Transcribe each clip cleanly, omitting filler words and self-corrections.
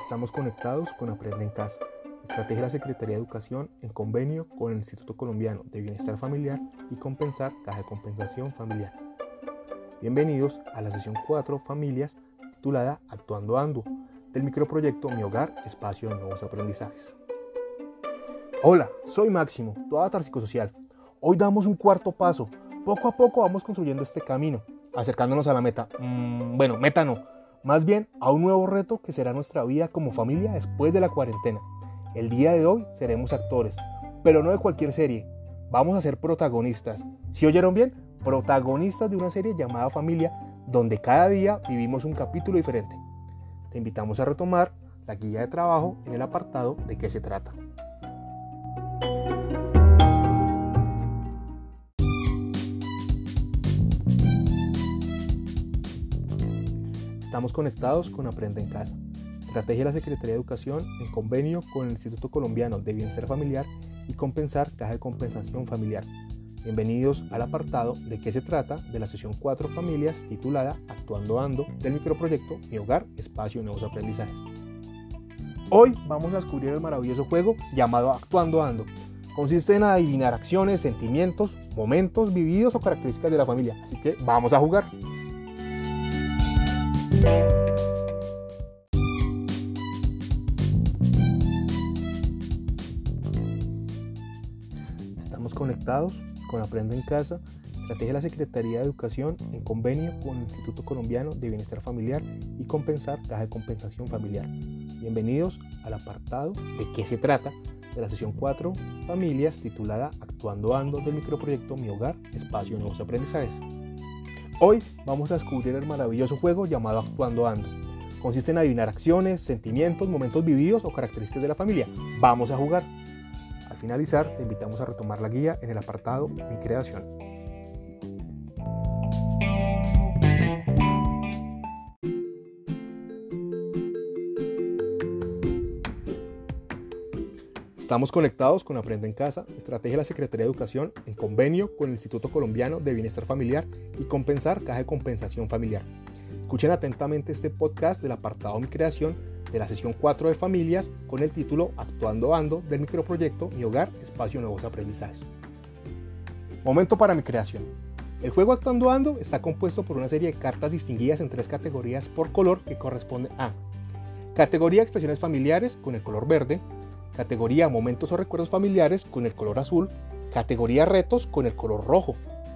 Estamos conectados con Aprende en Casa, estrategia de la Secretaría de Educación en convenio con el Instituto Colombiano de Bienestar Familiar y Compensar, Caja de Compensación Familiar. Bienvenidos a la sesión 4 Familias, titulada Actuando Ando, del microproyecto Mi Hogar, Espacio de Nuevos Aprendizajes. Hola, soy Máximo, tu avatar psicosocial. Hoy damos un cuarto paso. Poco a poco vamos construyendo este camino, acercándonos a la meta. Meta no. Más bien a un nuevo reto que será nuestra vida como familia después de la cuarentena. El día de hoy seremos actores, pero no de cualquier serie. Vamos a ser protagonistas. ¿Sí oyeron bien? Protagonistas de una serie llamada Familia, donde cada día vivimos un capítulo diferente. Te invitamos a retomar la guía de trabajo en el apartado de qué se trata. Estamos conectados con Aprende en Casa, estrategia de la Secretaría de Educación en convenio con el Instituto Colombiano de Bienestar Familiar y Compensar, Caja de Compensación Familiar. Bienvenidos al apartado de qué se trata de la sesión 4 Familias titulada Actuando Ando del microproyecto Mi Hogar, Espacio de Nuevos Aprendizajes. Hoy vamos a descubrir el maravilloso juego llamado Actuando Ando. Consiste en adivinar acciones, sentimientos, momentos vividos o características de la familia. Así que vamos a jugar. Estamos conectados con Aprende en Casa, estrategia de la Secretaría de Educación en convenio con el Instituto Colombiano de Bienestar Familiar y Compensar, Caja de Compensación Familiar. Bienvenidos al apartado de qué se trata de la sesión 4 Familias titulada Actuando Ando del microproyecto Mi Hogar, Espacio de Nuevos Aprendizajes. Hoy vamos a descubrir el maravilloso juego llamado Actuando Ando. Consiste en adivinar acciones, sentimientos, momentos vividos o características de la familia. Vamos a jugar. Al finalizar, te invitamos a retomar la guía en el apartado Mi Creación. Estamos conectados con Aprende en Casa, estrategia de la Secretaría de Educación en convenio con el Instituto Colombiano de Bienestar Familiar y Compensar, Caja de Compensación Familiar. Escuchen atentamente este podcast del apartado Mi Creación de la sesión 4 de Familias con el título Actuando Ando del microproyecto Mi Hogar, Espacio de Nuevos Aprendizajes. Momento para mi creación. El juego Actuando Ando está compuesto por una serie de cartas distinguidas en 3 categorías por color que corresponden a categoría Expresiones Familiares con el color verde, categoría Momentos o Recuerdos Familiares con el color azul, categoría Retos con el color rojo.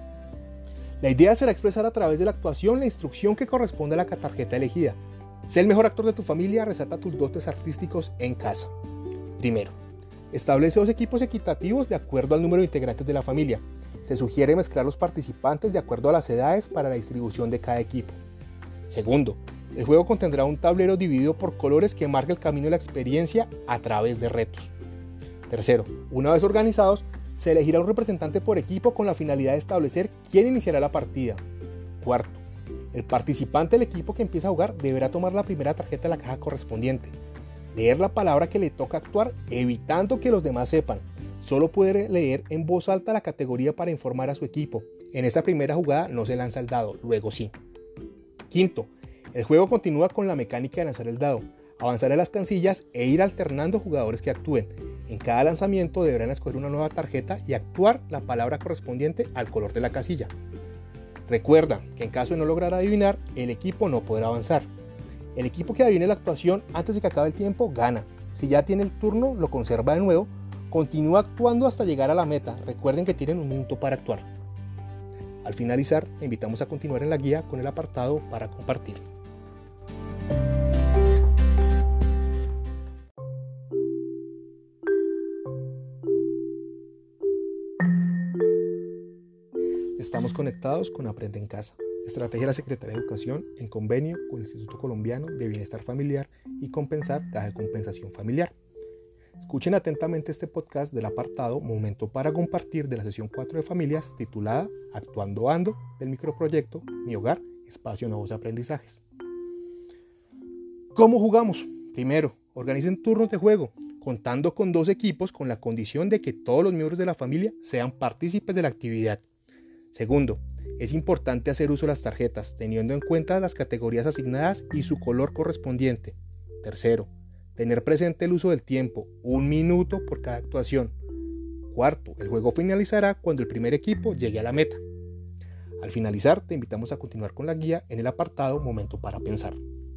La idea será expresar a través de la actuación la instrucción que corresponde a la tarjeta elegida. Sé el mejor actor de tu familia, resalta tus dotes artísticos en casa. Primero, establece 2 equipos equitativos de acuerdo al número de integrantes de la familia. Se sugiere mezclar los participantes de acuerdo a las edades para la distribución de cada equipo. Segundo, el juego contendrá un tablero dividido por colores que marca el camino de la experiencia a través de retos. Tercero, una vez organizados, se elegirá un representante por equipo con la finalidad de establecer quién iniciará la partida. Cuarto, el participante del equipo que empieza a jugar deberá tomar la primera tarjeta de la caja correspondiente, leer la palabra que le toca actuar, evitando que los demás sepan. Solo puede leer en voz alta la categoría para informar a su equipo. En esta primera jugada no se lanza el dado, luego sí. Quinto, el juego continúa con la mecánica de lanzar el dado, avanzar en las casillas e ir alternando jugadores que actúen. En cada lanzamiento deberán escoger una nueva tarjeta y actuar la palabra correspondiente al color de la casilla. Recuerda que en caso de no lograr adivinar, el equipo no podrá avanzar. El equipo que adivine la actuación antes de que acabe el tiempo gana. Si ya tiene el turno, lo conserva de nuevo. Continúa actuando hasta llegar a la meta. Recuerden que tienen 1 minuto para actuar. Al finalizar, te invitamos a continuar en la guía con el apartado para compartir. Estamos conectados con Aprende en Casa, estrategia de la Secretaría de Educación en convenio con el Instituto Colombiano de Bienestar Familiar y Compensar, Caja de Compensación Familiar. Escuchen atentamente este podcast del apartado Momento para Compartir de la sesión 4 de Familias titulada Actuando Ando del microproyecto Mi Hogar, Espacio de Nuevos Aprendizajes. ¿Cómo jugamos? Primero, organicen turnos de juego, contando con 2 equipos con la condición de que todos los miembros de la familia sean partícipes de la actividad. Segundo, es importante hacer uso de las tarjetas, teniendo en cuenta las categorías asignadas y su color correspondiente. Tercero, Tener presente el uso del tiempo, 1 minuto por cada actuación. Cuarto, el juego finalizará cuando el primer equipo llegue a la meta. Al finalizar, te invitamos a continuar con la guía en el apartado Momento para pensar.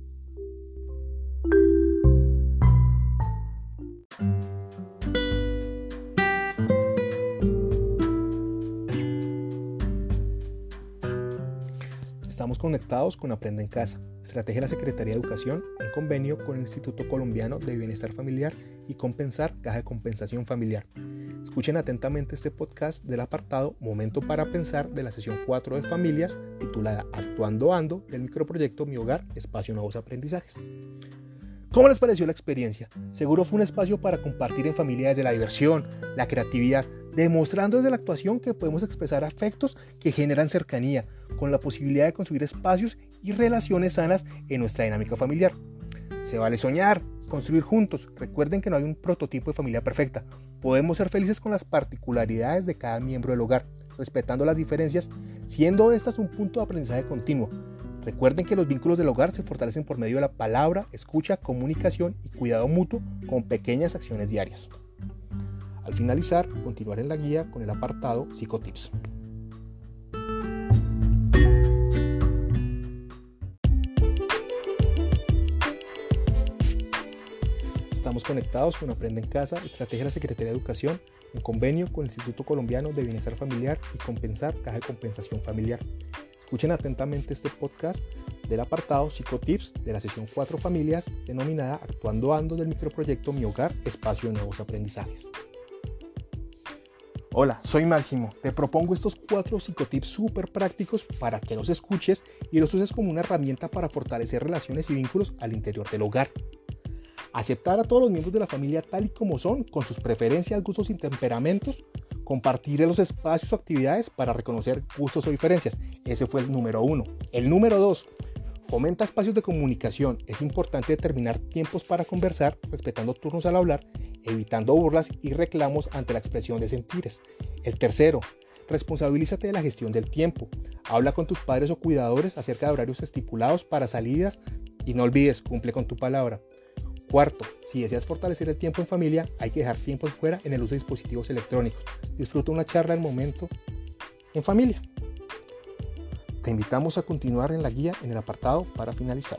Estamos conectados con Aprende en Casa, estrategia de la Secretaría de Educación en convenio con el Instituto Colombiano de Bienestar Familiar y Compensar, Caja de Compensación Familiar. Escuchen atentamente este podcast del apartado Momento para Pensar de la sesión 4 de familias titulada Actuando Ando del microproyecto Mi Hogar, Espacio Nuevos Aprendizajes. ¿Cómo les pareció la experiencia? Seguro fue un espacio para compartir en familia desde la diversión, la creatividad, demostrando desde la actuación que podemos expresar afectos que generan cercanía, con la posibilidad de construir espacios y relaciones sanas en nuestra dinámica familiar. Se vale soñar, construir juntos. Recuerden que no hay un prototipo de familia perfecta. Podemos ser felices con las particularidades de cada miembro del hogar, respetando las diferencias, siendo estas un punto de aprendizaje continuo. Recuerden que los vínculos del hogar se fortalecen por medio de la palabra, escucha, comunicación y cuidado mutuo con pequeñas acciones diarias. Al finalizar, continuar en la guía con el apartado Psicotips. Estamos conectados con Aprende en Casa, estrategia de la Secretaría de Educación en convenio con el Instituto Colombiano de Bienestar Familiar y Compensar, Caja de Compensación Familiar. Escuchen atentamente este podcast del apartado Psicotips de la sesión 4 familias denominada Actuando Ando del microproyecto Mi Hogar, Espacio de Nuevos Aprendizajes. Hola, soy Máximo. Te propongo estos 4 psicotips súper prácticos para que los escuches y los uses como una herramienta para fortalecer relaciones y vínculos al interior del hogar. Aceptar a todos los miembros de la familia tal y como son, con sus preferencias, gustos y temperamentos. Compartir los espacios o actividades para reconocer gustos o diferencias. Ese fue el número 1. El número 2. Fomenta espacios de comunicación. Es importante determinar tiempos para conversar, respetando turnos al hablar, evitando burlas y reclamos ante la expresión de sentires. El tercero. Responsabilízate de la gestión del tiempo. Habla con tus padres o cuidadores acerca de horarios estipulados para salidas y no olvides, cumple con tu palabra. Cuarto, si deseas fortalecer el tiempo en familia, hay que dejar tiempos fuera en el uso de dispositivos electrónicos. Disfruta una charla en momento en familia. Te invitamos a continuar en la guía en el apartado para finalizar.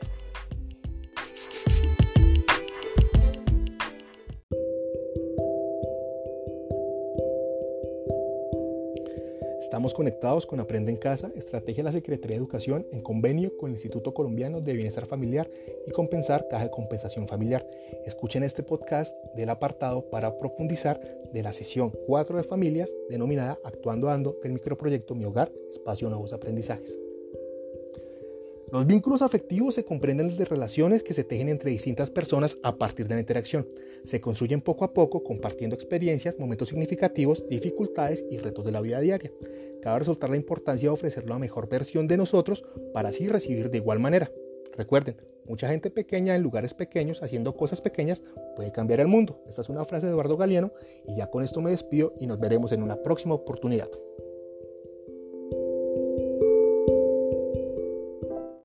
Estamos conectados con Aprende en Casa, estrategia de la Secretaría de Educación en convenio con el Instituto Colombiano de Bienestar Familiar y Compensar, Caja de Compensación Familiar. Escuchen este podcast del apartado para profundizar de la sesión 4 de familias denominada Actuando Ando del microproyecto Mi Hogar, Espacio Nuevos Aprendizajes. Los vínculos afectivos se comprenden desde relaciones que se tejen entre distintas personas a partir de la interacción. Se construyen poco a poco compartiendo experiencias, momentos significativos, dificultades y retos de la vida diaria. Cabe resaltar la importancia de ofrecer la mejor versión de nosotros para así recibir de igual manera. Recuerden, mucha gente pequeña en lugares pequeños haciendo cosas pequeñas puede cambiar el mundo. Esta es una frase de Eduardo Galeano y ya con esto me despido y nos veremos en una próxima oportunidad.